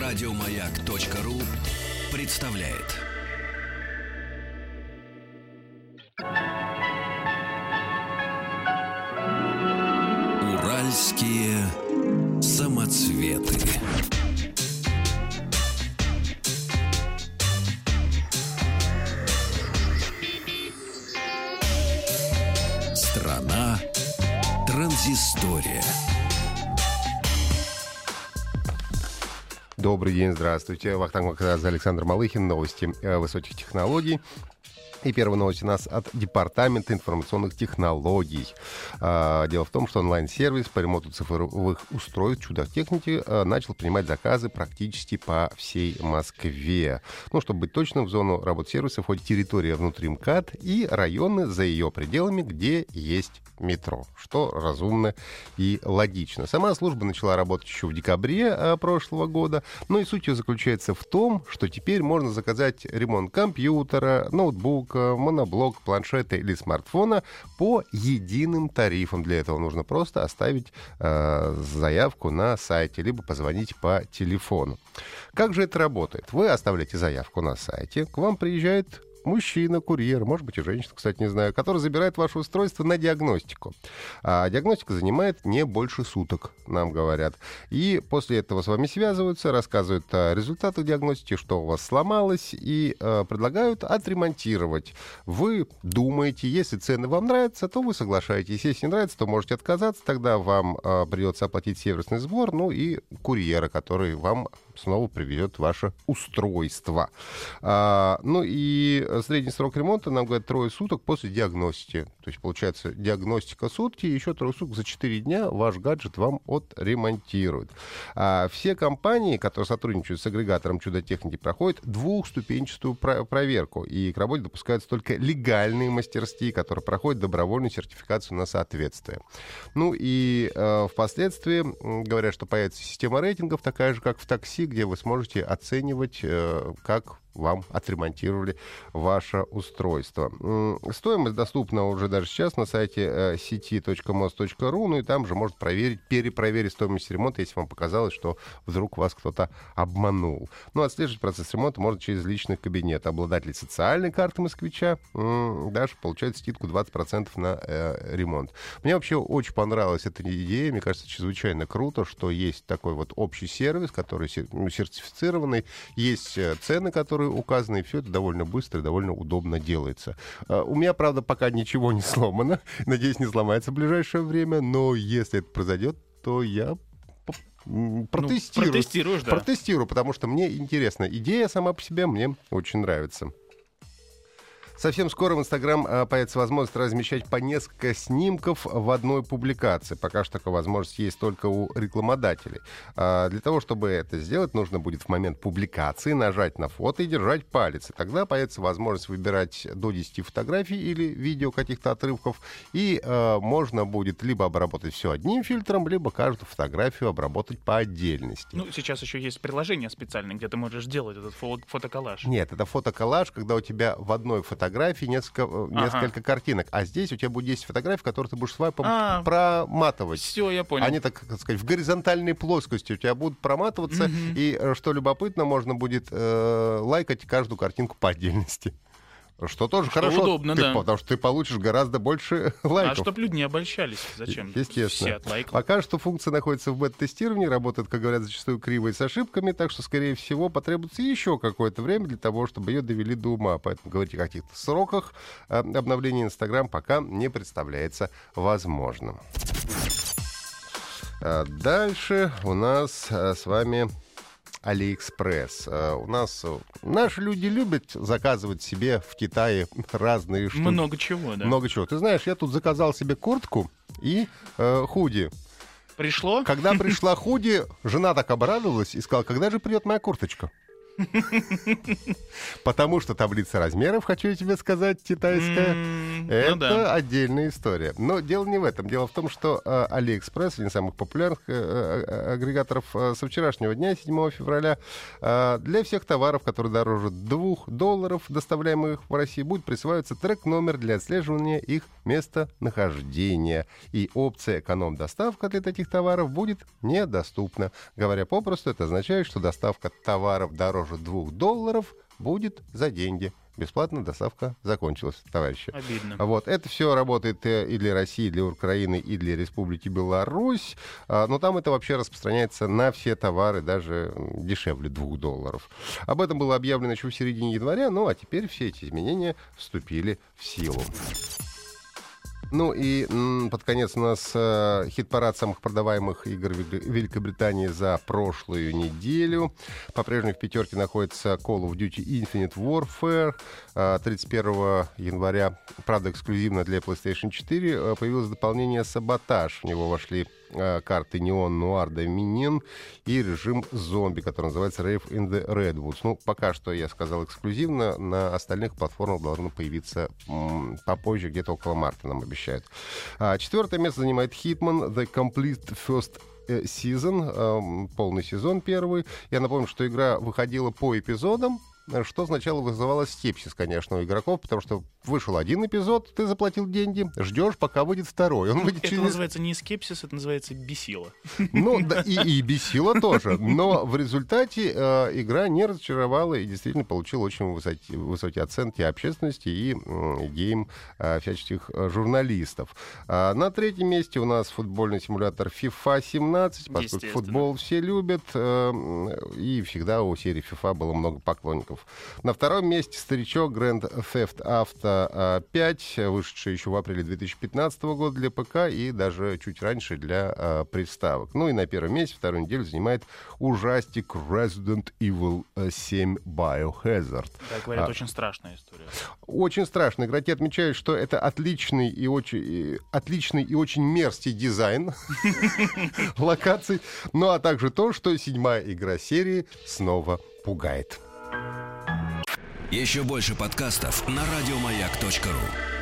Радиомаяк.ру представляет. Уральские самоцветы. Страна транзистория. Добрый день, здравствуйте. Вахтанг Махарадзе, Александр Малыхин. Новости высоких технологий. И первая новость у нас от Департамента информационных технологий. Дело в том, что онлайн-сервис по ремонту цифровых устройств «Чудо-техники» начал принимать заказы практически по всей Москве. Ну, чтобы быть точным, в зону работы сервиса входит территория внутри МКАД и районы за ее пределами, где есть метро, что разумно и логично. Сама служба начала работать еще в декабре прошлого года, но и суть ее заключается в том, что теперь можно заказать ремонт компьютера, ноутбука, моноблок, планшета или смартфона по единым тарифам. Для этого нужно просто оставить заявку на сайте, либо позвонить по телефону. Как же это работает? Вы оставляете заявку на сайте, к вам приезжает мужчина, курьер, может быть и женщина, кстати, не знаю, который забирает ваше устройство на диагностику. А диагностика занимает не больше суток, нам говорят. И после этого с вами связываются, рассказывают о результатах диагностики, что у вас сломалось, и предлагают отремонтировать. Вы думаете, если цены вам нравятся, то вы соглашаетесь. Если не нравится, то можете отказаться, тогда вам придется оплатить сервисный сбор, ну и курьера, который вам снова привезет ваше устройство. Ну и средний срок ремонта, нам говорят, 3 суток после диагностики. То есть, получается, диагностика сутки, и еще 3 суток, за 4 дня ваш гаджет вам отремонтируют. Все компании, которые сотрудничают с агрегатором «Чудо-техники», проходят двухступенчатую проверку. И к работе допускаются только легальные мастерские, которые проходят добровольную сертификацию на соответствие. Ну и впоследствии говорят, что появится система рейтингов, такая же, как в такси, где вы сможете оценивать, как вам отремонтировали ваше устройство. Стоимость доступна уже даже сейчас на сайте сети.mos.ru, ну и там же можно перепроверить стоимость ремонта, если вам показалось, что вдруг вас кто-то обманул. Ну, отслеживать процесс ремонта можно через личный кабинет. Обладатели социальной карты москвича даже получают скидку 20% на ремонт. Мне вообще очень понравилась эта идея. Мне кажется, чрезвычайно круто, что есть такой вот общий сервис, который сертифицированный, есть цены, которые указаны, и все это довольно быстро и довольно удобно делается. У меня, правда, пока ничего не сломано. Надеюсь, не сломается в ближайшее время, но если это произойдет, то я протестирую. Да. Протестирую, потому что мне интересно. Идея сама по себе мне очень нравится. Совсем скоро в Инстаграм появится возможность размещать по несколько снимков в одной публикации. Пока что такая возможность есть только у рекламодателей. Для того, чтобы это сделать, нужно будет в момент публикации нажать на фото и держать палец. И тогда появится возможность выбирать до 10 фотографий или видео каких-то отрывков. И можно будет либо обработать все одним фильтром, либо каждую фотографию обработать по отдельности. Ну, сейчас еще есть приложение специальное, где ты можешь делать этот фотоколлаж. Нет, это фотоколлаж, когда у тебя в одной фотографии несколько картинок. А здесь у тебя будет 10 фотографий, которые ты будешь свайпом проматывать. Все, я понял. Они, так сказать, в горизонтальной плоскости у тебя будут проматываться. И, что любопытно, можно будет лайкать каждую картинку по отдельности. Что тоже хорошо, удобно, да. Потому что ты получишь гораздо больше лайков. А чтобы люди не обольщались, зачем? Естественно. Все отлайкали. Пока что функция находится в бета-тестировании, работает, как говорят, зачастую криво и с ошибками, так что, скорее всего, потребуется еще какое-то время для того, чтобы ее довели до ума. Поэтому говорить о каких-то сроках обновления Инстаграм пока не представляется возможным. Дальше у нас с вами Алиэкспресс. У нас наши люди любят заказывать себе в Китае разные штуки. Много чего, да. Много чего. Ты знаешь, я тут заказал себе куртку и худи. Пришло? Когда пришла худи, жена так обрадовалась и сказала, когда же придет моя курточка? Потому что таблица размеров, хочу я тебе сказать, китайская, это отдельная история. Но дело не в этом. Дело в том, что AliExpress, один из самых популярных агрегаторов, со вчерашнего дня, 7 февраля, для всех товаров, которые дороже $2, доставляемых в Россию, будет присваиваться трек-номер для отслеживания их местонахождения. И опция «Эконом-доставка» для таких товаров будет недоступна. Говоря попросту, это означает, что доставка товаров дороже $2 будет за деньги. Бесплатная доставка закончилась, товарищи. Обидно. Вот. Это все работает и для России, и для Украины, и для Республики Беларусь. Но там это вообще распространяется на все товары, даже дешевле $2. Об этом было объявлено еще в середине января, ну а теперь все эти изменения вступили в силу. Ну и под конец у нас хит-парад самых продаваемых игр Великобритании за прошлую неделю. По-прежнему в пятерке находится Call of Duty Infinite Warfare. 31 января, правда, эксклюзивно для PlayStation 4, появилось дополнение «Саботаж». В него вошли карты Neon, Noir, Dominion и режим зомби, который называется Rave in the Redwoods. Ну, пока что, я сказал, эксклюзивно. На остальных платформах должно появиться попозже, где-то около марта, нам обещают. Четвертое место занимает Hitman The Complete First Season, полный сезон первый. Я напомню, что игра выходила по эпизодам, что сначала вызывало скепсис, конечно, у игроков, потому что вышел один эпизод, ты заплатил деньги, ждешь, пока выйдет второй. Он выйдет это называется не скепсис, это называется бесило. Ну, да, и бесило тоже. Но в результате игра не разочаровала и действительно получила очень высокие оценки общественности и гейм всяческих журналистов. На третьем месте у нас футбольный симулятор FIFA 17, поскольку футбол все любят, и всегда у серии FIFA было много поклонников. На втором месте старичок Grand Theft Auto 5, вышедший еще в апреле 2015 года для ПК и даже чуть раньше для приставок. Ну и на первом месте вторую неделю занимает ужастик Resident Evil 7 Biohazard. Да, говорят, очень страшная история. Очень страшно. Игроки отмечают, что это отличный и очень мерзкий дизайн локаций, ну а также то, что 7-я игра серии снова пугает. Еще больше подкастов на радиомаяк.ру.